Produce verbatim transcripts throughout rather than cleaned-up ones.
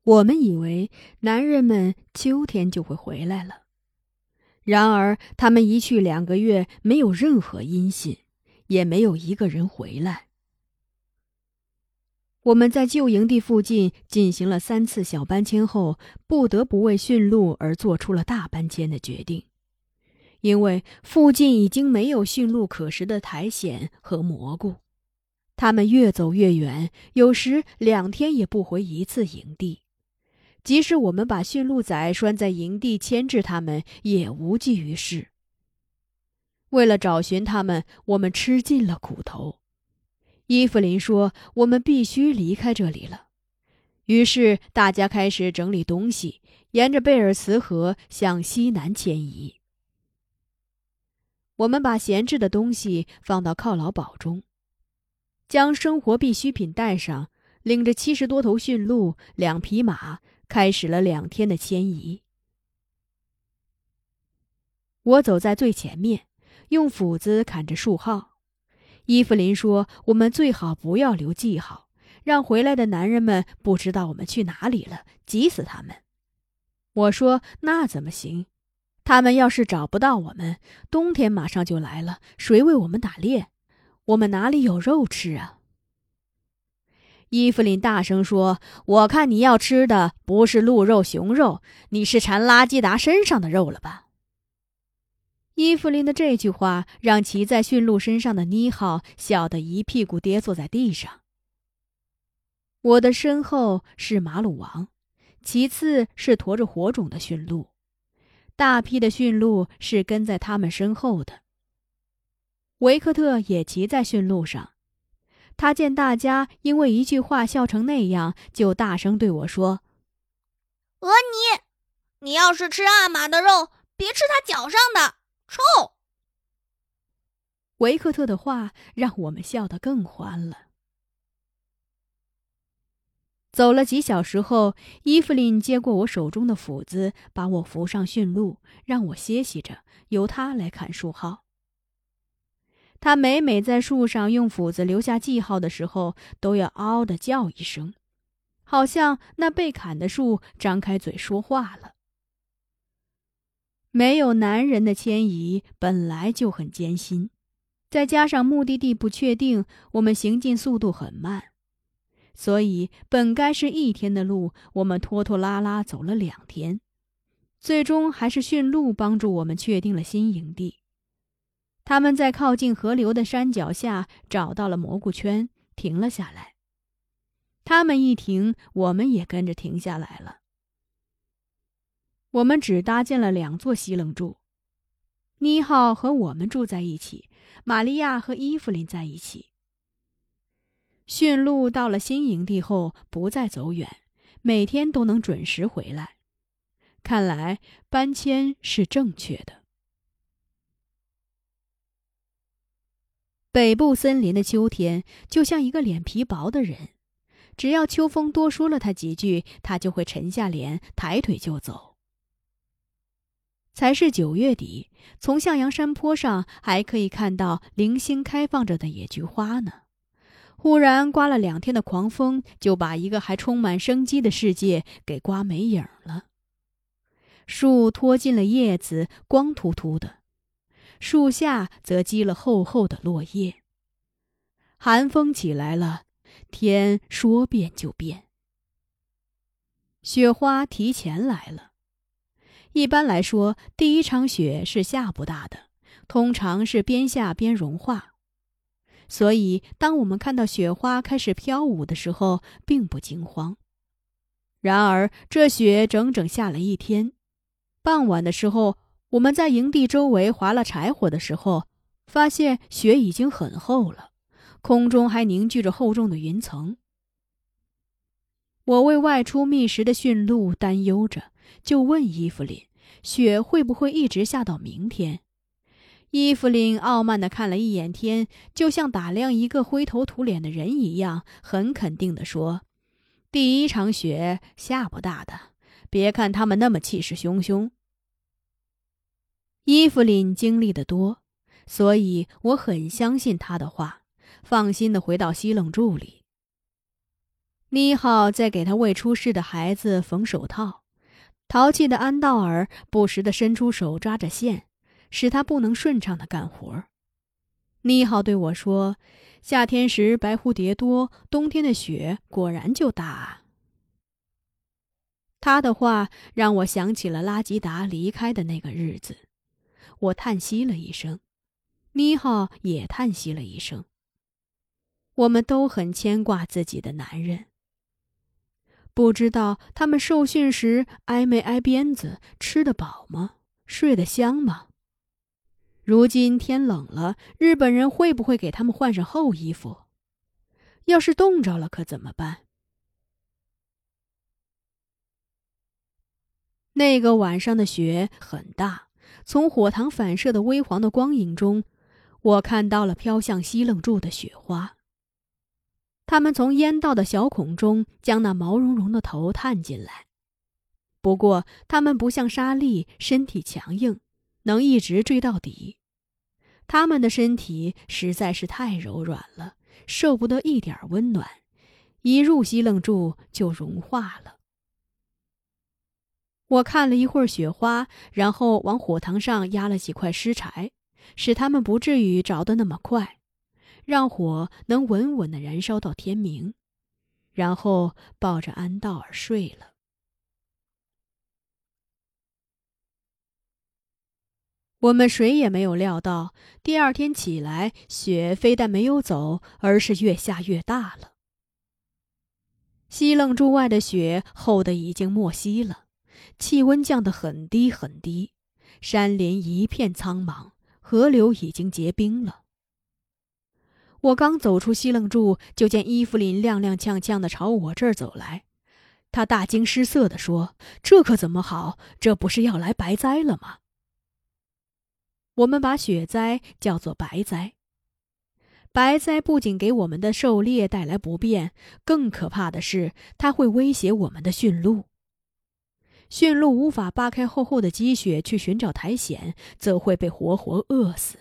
我们以为男人们秋天就会回来了，然而他们一去两个月，没有任何音信，也没有一个人回来。我们在旧营地附近进行了三次小搬迁后，不得不为驯鹿而做出了大搬迁的决定，因为附近已经没有驯鹿可食的苔藓和蘑菇。他们越走越远，有时两天也不回一次营地。即使我们把驯鹿仔拴在营地牵制他们，也无济于事。为了找寻他们，我们吃尽了苦头。伊芙琳说我们必须离开这里了，于是大家开始整理东西，沿着贝尔茨河向西南迁移。我们把闲置的东西放到犒劳堡中，将生活必需品带上，领着七十多头驯鹿、两匹马，开始了两天的迁移。我走在最前面，用斧子砍着树号。伊芙琳说我们最好不要留记号，让回来的男人们不知道我们去哪里了，急死他们。我说那怎么行？他们要是找不到我们，冬天马上就来了，谁为我们打猎？我们哪里有肉吃啊？伊芙琳大声说，我看你要吃的不是鹿肉熊肉，你是馋拉基达身上的肉了吧？伊芙琳的这句话让骑在驯鹿身上的妮浩笑得一屁股跌坐在地上。我的身后是马鲁王，其次是驮着火种的驯鹿，大批的驯鹿是跟在他们身后的。维克特也骑在驯鹿上，他见大家因为一句话笑成那样，就大声对我说， 俄尼，你要是吃阿玛的肉，别吃他脚上的，臭。 维克特的话让我们笑得更欢了。走了几小时后，伊芙琳接过我手中的斧子，把我扶上驯鹿，让我歇息着，由他来砍树号。他每每在树上用斧子留下记号的时候，都要嗷地叫一声，好像那被砍的树张开嘴说话了。没有男人的迁移本来就很艰辛，再加上目的地不确定，我们行进速度很慢，所以本该是一天的路，我们拖拖拉拉走了两天，最终还是驯鹿帮助我们确定了新营地。他们在靠近河流的山脚下找到了蘑菇圈，停了下来。他们一停，我们也跟着停下来了。我们只搭建了两座西楞柱，妮浩和我们住在一起，玛利亚和伊芙琳在一起。驯鹿到了新营地后不再走远，每天都能准时回来。看来搬迁是正确的。北部森林的秋天就像一个脸皮薄的人，只要秋风多说了他几句，他就会沉下脸，抬腿就走。才是九月底，从向阳山坡上还可以看到零星开放着的野菊花呢。忽然刮了两天的狂风，就把一个还充满生机的世界给刮没影了。树脱尽了叶子，光秃秃的，树下则积了厚厚的落叶。寒风起来了，天说变就变。雪花提前来了。一般来说，第一场雪是下不大的，通常是边下边融化。所以当我们看到雪花开始飘舞的时候，并不惊慌。然而这雪整整下了一天。傍晚的时候，我们在营地周围划了柴火的时候，发现雪已经很厚了，空中还凝聚着厚重的云层。我为外出觅食的驯鹿担忧着，就问伊芙琳，雪会不会一直下到明天？伊芙琳傲慢地看了一眼天，就像打量一个灰头土脸的人一样，很肯定地说，第一场雪下不大的，别看他们那么气势汹汹。伊芙琳经历得多，所以我很相信她的话，放心地回到西楞柱里。 妮浩在给他未出世的孩子缝手套，淘气的安道尔不时地伸出手抓着线，使他不能顺畅地干活。妮浩对我说，夏天时白蝴蝶多，冬天的雪果然就大啊。他的话让我想起了拉吉达离开的那个日子，我叹息了一声，妮浩也叹息了一声。我们都很牵挂自己的男人，不知道他们受训时挨没挨鞭子，吃得饱吗？睡得香吗？如今天冷了，日本人会不会给他们换上厚衣服？要是冻着了可怎么办？那个晚上的雪很大，从火塘反射的微黄的光影中，我看到了飘向西楞柱的雪花。它们从烟道的小孔中将那毛茸茸的头探进来，不过它们不像沙粒，身体强硬，能一直追到底。它们的身体实在是太柔软了，受不得一点温暖，一入西楞柱就融化了。我看了一会儿雪花，然后往火塘上压了几块湿柴，使它们不至于着得那么快，让火能稳稳地燃烧到天明，然后抱着安道尔睡了。我们谁也没有料到，第二天起来，雪非但没有走，而是越下越大了。西楞柱外的雪厚得已经没息了，气温降得很低很低，山林一片苍茫，河流已经结冰了。我刚走出西楞柱，就见伊芙琳踉踉跄跄地朝我这儿走来。她大惊失色地说：“这可怎么好？这不是要来白灾了吗？”我们把雪灾叫做白灾。白灾不仅给我们的狩猎带来不便，更可怕的是，它会威胁我们的驯鹿。驯鹿无法扒开厚厚的积雪去寻找苔藓，则会被活活饿死。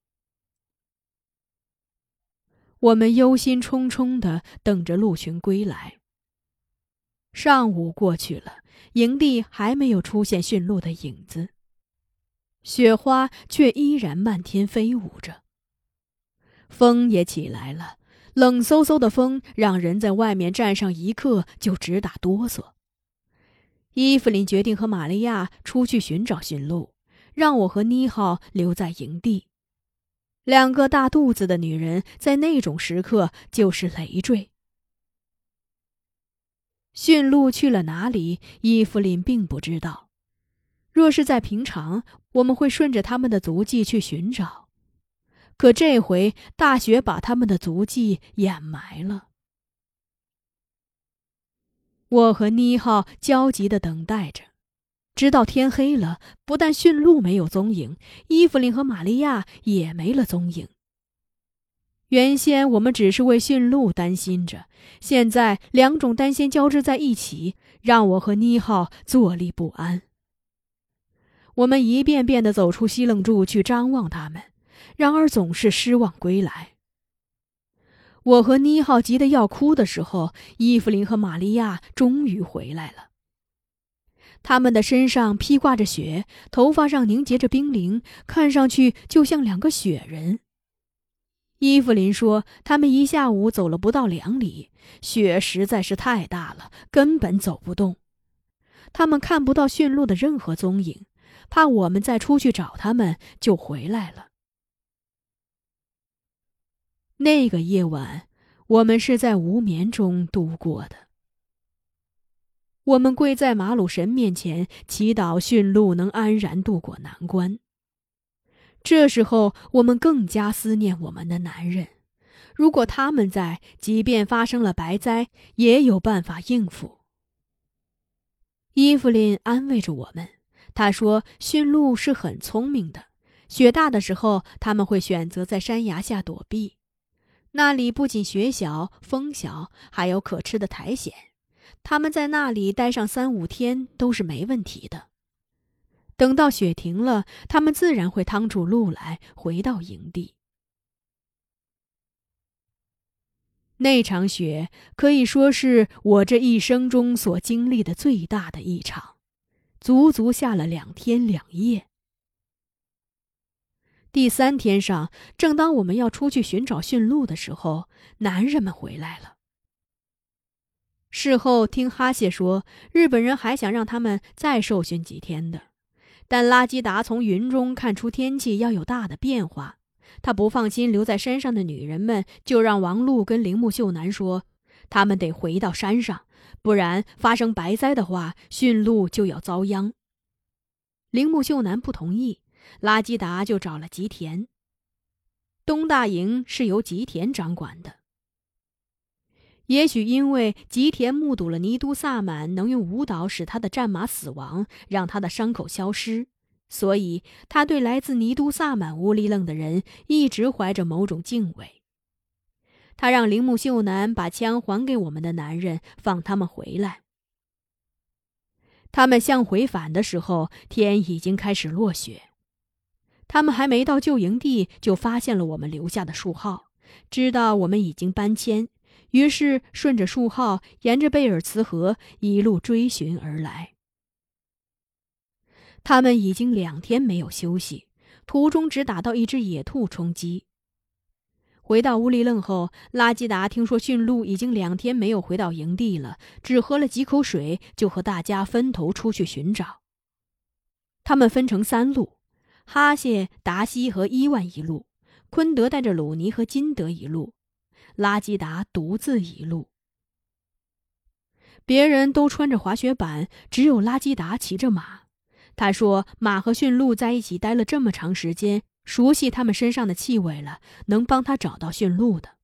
我们忧心忡忡地等着鹿群归来。上午过去了，营地还没有出现驯鹿的影子，雪花却依然漫天飞舞着。风也起来了，冷飕飕的风让人在外面站上一刻就直打哆嗦。伊芙琳决定和玛利亚出去寻找驯鹿，让我和妮浩留在营地。两个大肚子的女人在那种时刻就是累赘。驯鹿去了哪里，伊芙琳并不知道。若是在平常，我们会顺着他们的足迹去寻找，可这回大雪把他们的足迹掩埋了。我和妮浩焦急地等待着，直到天黑了，不但驯鹿没有踪影，伊芙琳和玛利亚也没了踪影。原先我们只是为驯鹿担心着，现在两种担心交织在一起，让我和妮浩坐立不安。我们一遍遍地走出西楞柱去张望他们，然而总是失望归来。我和妮浩急得要哭的时候，伊芙琳和玛利亚终于回来了。他们的身上披挂着雪，头发上凝结着冰凌，看上去就像两个雪人。伊芙琳说，他们一下午走了不到两里，雪实在是太大了，根本走不动。他们看不到驯鹿的任何踪影，怕我们再出去找他们，就回来了。那个夜晚，我们是在无眠中度过的。我们跪在马鲁神面前，祈祷驯鹿能安然度过难关。这时候，我们更加思念我们的男人。如果他们在，即便发生了白灾，也有办法应付。伊芙琳安慰着我们，她说驯鹿是很聪明的，雪大的时候他们会选择在山崖下躲避，那里不仅雪小风小，还有可吃的苔藓，他们在那里待上三五天都是没问题的。等到雪停了，他们自然会趟出路来，回到营地。 那场雪可以说是我这一生中所经历的最大的一场，足足下了两天两夜。第三天上，正当我们要出去寻找驯鹿的时候，男人们回来了。事后听哈谢说，日本人还想让他们再受训几天的，但拉基达从云中看出天气要有大的变化，他不放心留在山上的女人们，就让王璐跟铃木秀男说，他们得回到山上，不然发生白灾的话，驯鹿就要遭殃。铃木秀男不同意，拉基达就找了吉田。东大营是由吉田掌管的。也许因为吉田目睹了尼都萨满能用舞蹈使他的战马死亡，让他的伤口消失，所以他对来自尼都萨满乌里楞的人一直怀着某种敬畏。他让铃木秀男把枪还给我们的男人，放他们回来。他们向回返的时候，天已经开始落雪。他们还没到旧营地，就发现了我们留下的树号，知道我们已经搬迁，于是顺着树号，沿着贝尔茨河一路追寻而来。他们已经两天没有休息，途中只打到一只野兔充饥。回到乌里楞后，拉基达听说驯鹿已经两天没有回到营地了，只喝了几口水，就和大家分头出去寻找。他们分成三路，哈谢、达西和伊万一路，昆德带着鲁尼和金德一路，拉基达独自一路。别人都穿着滑雪板，只有拉基达骑着马。他说马和驯鹿在一起待了这么长时间，熟悉他们身上的气味了，能帮他找到驯鹿的。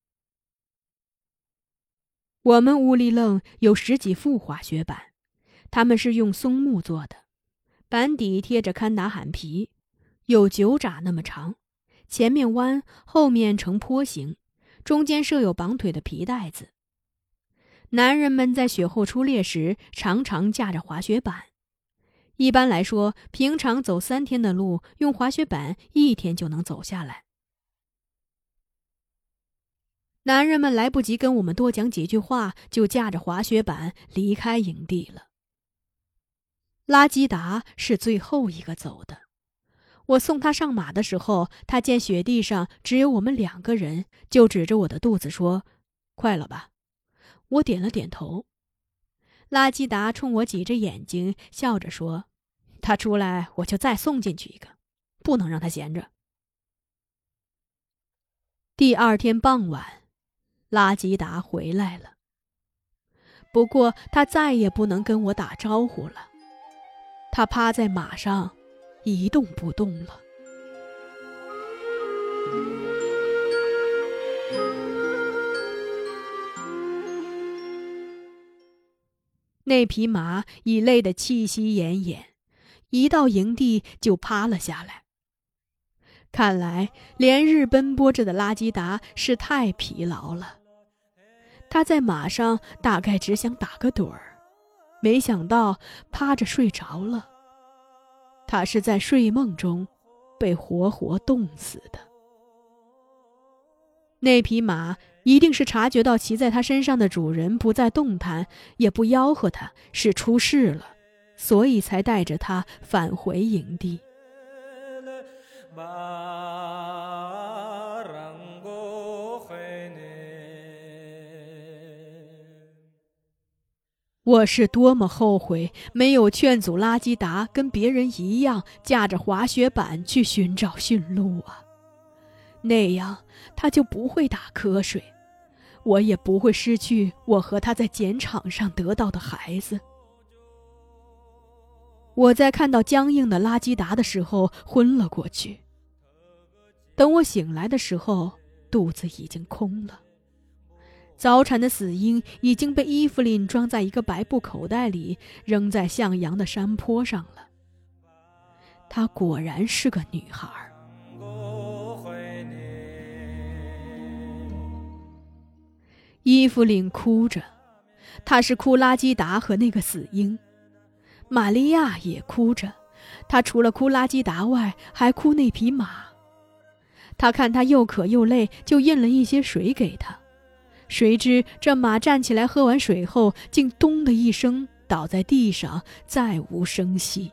我们乌里楞有十几副滑雪板，他们是用松木做的，板底贴着堪达罕皮，有九拃那么长，前面弯，后面呈坡形，中间设有绑腿的皮带子。男人们在雪后出猎时，常常架着滑雪板。一般来说，平常走三天的路，用滑雪板一天就能走下来。男人们来不及跟我们多讲几句话，就架着滑雪板离开营地了。拉基达是最后一个走的。我送他上马的时候，他见雪地上只有我们两个人，就指着我的肚子说：“快了吧？”我点了点头。拉基达冲我挤着眼睛，笑着说：“他出来，我就再送进去一个，不能让他闲着。”第二天傍晚，拉基达回来了。不过他再也不能跟我打招呼了。他趴在马上，一动不动了。那匹马已累得气息奄奄，一到营地就趴了下来。看来连日奔波着的拉基达是太疲劳了。他在马上大概只想打个盹儿，没想到趴着睡着了。他是在睡梦中被活活冻死的。那匹马一定是察觉到骑在他身上的主人不再动弹，也不吆喝他，是出事了，所以才带着他返回营地。我是多么后悔没有劝阻拉基达跟别人一样架着滑雪板去寻找驯鹿啊！那样他就不会打瞌睡，我也不会失去我和他在碱场上得到的孩子。我在看到僵硬的拉基达的时候昏了过去。等我醒来的时候，肚子已经空了。早产的死婴已经被伊芙琳装在一个白布口袋里，扔在向阳的山坡上了。她果然是个女孩。伊芙琳哭着，她是哭拉基达和那个死婴。玛利亚也哭着，她除了哭拉基达外，还哭那匹马。她看他又渴又累，就印了一些水给他。 谁知这马站起来喝完水后，竟咚的一声倒在地上，再无声息。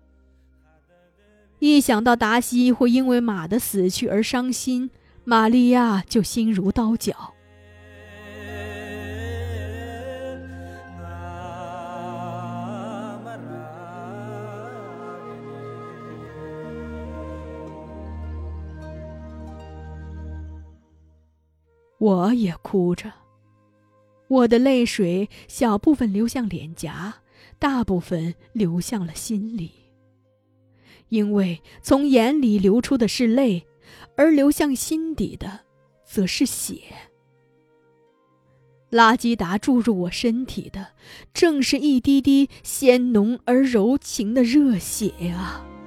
一想到达西会因为马的死去而伤心，玛利亚就心如刀绞。我也哭着，我的泪水小部分流向脸颊，大部分流向了心里。因为从眼里流出的是泪，而流向心底的则是血。拉基达注入我身体的，正是一滴滴鲜浓而柔情的热血啊！